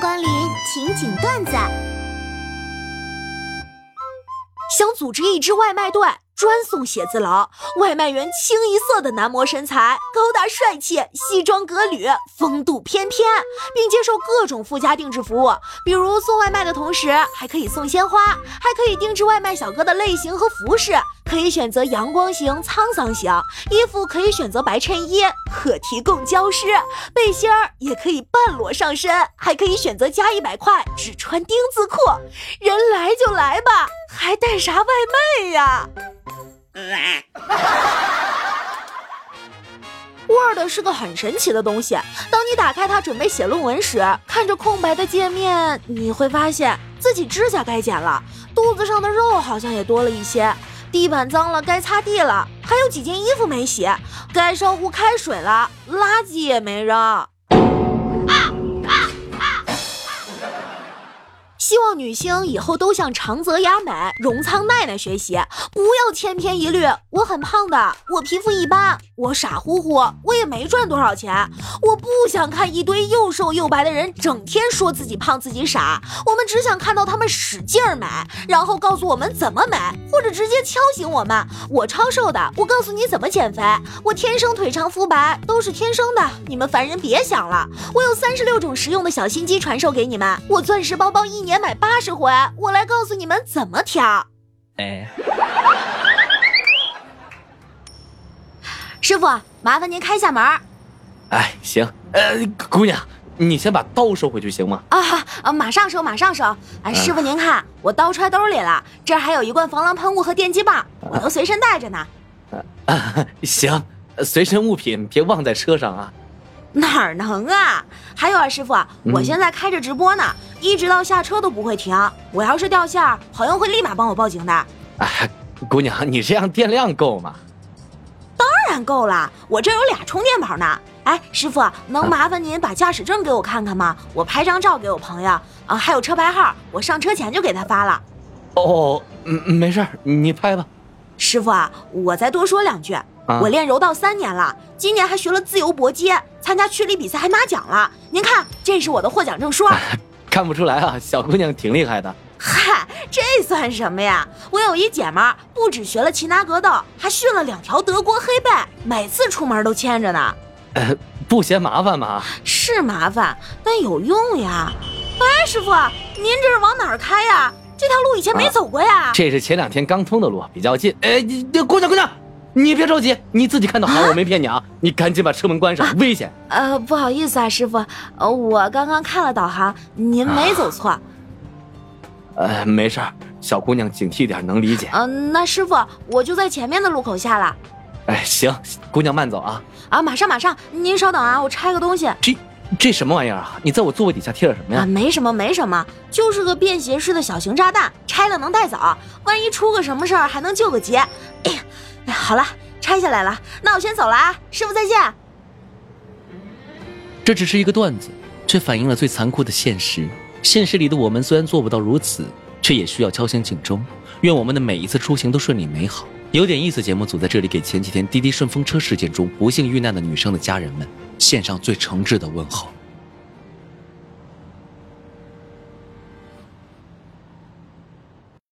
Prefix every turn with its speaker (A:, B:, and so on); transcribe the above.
A: 光临情景段子。
B: 想组织一支外卖队，专送写字楼。外卖员清一色的男模身材，高大帅气，西装革履，风度翩翩，并接受各种附加定制服务，比如送外卖的同时还可以送鲜花，还可以定制外卖小哥的类型和服饰，可以选择阳光型、沧桑型，衣服可以选择白衬衣，可提供胶湿，背心儿也可以半裸上身，还可以选择加100块只穿丁字裤。人来就来吧，还带啥外卖呀？Word 是个很神奇的东西，当你打开它准备写论文时，看着空白的界面，你会发现自己指甲该剪了，肚子上的肉好像也多了一些，地板脏了该擦地了，还有几件衣服没洗，该烧壶开水了，垃圾也没扔。希望女星以后都向长泽雅美、荣仓奈奈学习，不要千篇一律。我很胖的，我皮肤一般，我傻乎乎，我也没赚多少钱。我不想看一堆又瘦又白的人整天说自己胖自己傻，我们只想看到他们使劲美，然后告诉我们怎么美，或者直接敲醒我们。我超瘦的，我告诉你怎么减肥。我天生腿长肤白，都是天生的，你们凡人别想了。我有36种实用的小心机传授给你们。我钻石包包1年买80回，我来告诉你们怎么挑。师傅，麻烦您开下门。
C: 行。姑娘，你先把刀收回去行吗？
B: 马上收，马上收。师傅您看，我刀揣兜里了，这儿还有一罐防狼喷雾和电击棒，我都随身带着呢。
C: 行，随身物品别忘在车上啊。
B: 哪儿能啊！还有师傅，我现在开着直播呢，一直到下车都不会停。我要是掉线，朋友会立马帮我报警的。
C: 姑娘，你这样电量够吗？
B: 当然够了，我这有2充电宝呢。师傅，能麻烦您把驾驶证给我看看吗？我拍张照给我朋友，还有车牌号，我上车前就给他发了。
C: 没事，你拍吧。
B: 师傅我再多说2句。我练柔道3年了，今年还学了自由搏击，参加区里比赛还拿奖了。您看，这是我的获奖证书。
C: 看不出来啊，小姑娘挺厉害的。
B: 嗨，这算什么呀？我有一姐们儿，不只学了擒拿格斗，还训了2条德国黑背，每次出门都牵着呢。
C: 不嫌麻烦吗？
B: 是麻烦，但有用呀。师傅，您这是往哪儿开呀？这条路以前没走过呀。
C: 这是前2天刚通的路，比较近。姑娘，你别着急，你自己看到好，我没骗你啊。你赶紧把车门关上，危险。
B: 不好意思师傅，我刚刚看了导航，您没走错。
C: 没事，小姑娘警惕点，能理解。
B: 那师傅，我就在前面的路口下了。
C: 行，姑娘慢走啊。
B: 马上，您稍等啊，我拆个东西。
C: 这什么玩意儿啊？你在我座位底下贴了什么呀？
B: 没什么，就是个便携式的小型炸弹，拆了能带走，万一出个什么事儿还能救个急。好了，拆下来了，那我先走了啊，师傅再见。
D: 这只是一个段子，却反映了最残酷的现实。现实里的我们虽然做不到如此，却也需要敲响警钟。愿我们的每一次出行都顺利美好。有点意思节目组在这里给前几天滴滴顺风车事件中不幸遇难的女生的家人们献上最诚挚的问候。